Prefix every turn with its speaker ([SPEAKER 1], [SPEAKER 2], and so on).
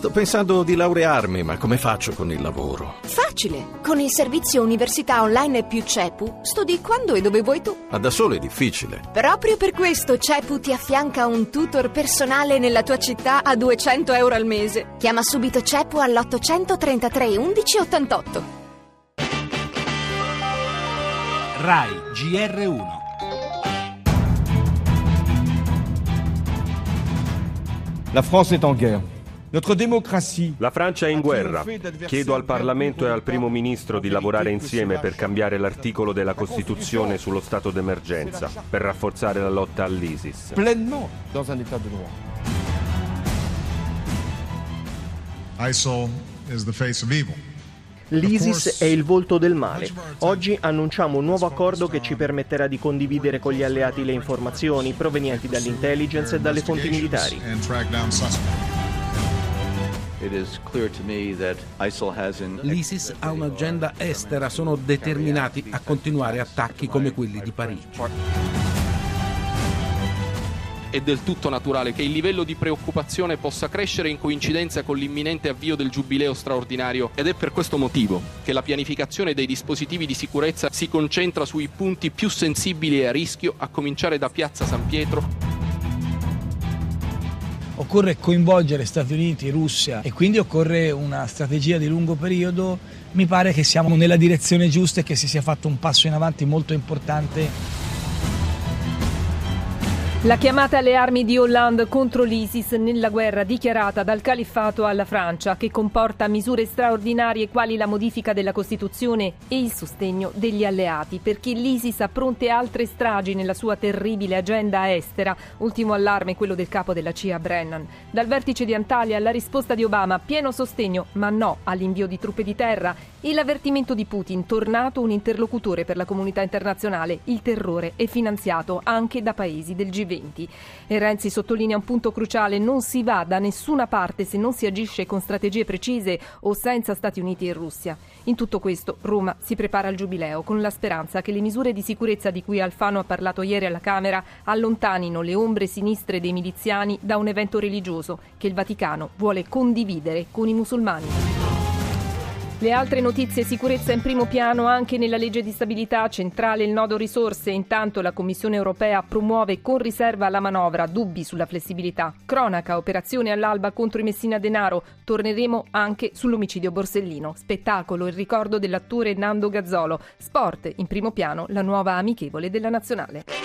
[SPEAKER 1] Sto pensando di laurearmi, ma come faccio con il lavoro?
[SPEAKER 2] Facile! Con il servizio Università Online più CEPU studi quando e dove vuoi tu.
[SPEAKER 1] Ma da solo è difficile.
[SPEAKER 2] Proprio per questo CEPU ti affianca un tutor personale nella tua città a 200 euro al mese. Chiama subito CEPU all'833 11 88.
[SPEAKER 3] RAI GR1.
[SPEAKER 4] La France est en guerre. Notre démocratie.
[SPEAKER 5] La Francia è in guerra. Chiedo al Parlamento e al Primo Ministro di lavorare insieme per cambiare l'articolo della Costituzione sullo stato d'emergenza, per rafforzare la lotta all'ISIS.
[SPEAKER 4] Pleinement dans un état de droit.
[SPEAKER 6] ISIL is the face of evil.
[SPEAKER 7] L'ISIS è il volto del male. Oggi annunciamo un nuovo accordo che ci permetterà di condividere con gli alleati le informazioni provenienti dall'intelligence e dalle fonti militari.
[SPEAKER 3] L'ISIS ha un'agenda estera, sono determinati a continuare attacchi come quelli di Parigi.
[SPEAKER 8] È del tutto naturale che il livello di preoccupazione possa crescere in coincidenza con l'imminente avvio del giubileo straordinario ed è per questo motivo che la pianificazione dei dispositivi di sicurezza si concentra sui punti più sensibili e a rischio, a cominciare da Piazza San Pietro.
[SPEAKER 9] Occorre coinvolgere Stati Uniti, Russia e quindi occorre una strategia di lungo periodo. Mi pare che siamo nella direzione giusta e che si sia fatto un passo in avanti molto importante.
[SPEAKER 10] La chiamata alle armi di Hollande contro l'ISIS nella guerra dichiarata dal califfato alla Francia, che comporta misure straordinarie quali la modifica della Costituzione e il sostegno degli alleati, perché l'ISIS ha pronte altre stragi nella sua terribile agenda estera. Ultimo allarme quello del capo della CIA Brennan. Dal vertice di Antalya alla risposta di Obama, pieno sostegno, ma no all'invio di truppe di terra, e l'avvertimento di Putin, tornato un interlocutore per la comunità internazionale. Il terrore è finanziato anche da paesi del G20. E Renzi sottolinea un punto cruciale: non si va da nessuna parte se non si agisce con strategie precise o senza Stati Uniti e Russia. In tutto questo Roma si prepara al giubileo con la speranza che le misure di sicurezza di cui Alfano ha parlato ieri alla Camera allontanino le ombre sinistre dei miliziani da un evento religioso che il Vaticano vuole condividere con i musulmani. Le altre notizie: sicurezza in primo piano anche nella legge di stabilità, centrale il nodo risorse. Intanto la Commissione europea promuove con riserva la manovra, dubbi sulla flessibilità. Cronaca, operazione all'alba contro i Messina Denaro. Torneremo anche sull'omicidio Borsellino. Spettacolo, il ricordo dell'attore Nando Gazzolo. Sport, in primo piano la nuova amichevole della Nazionale.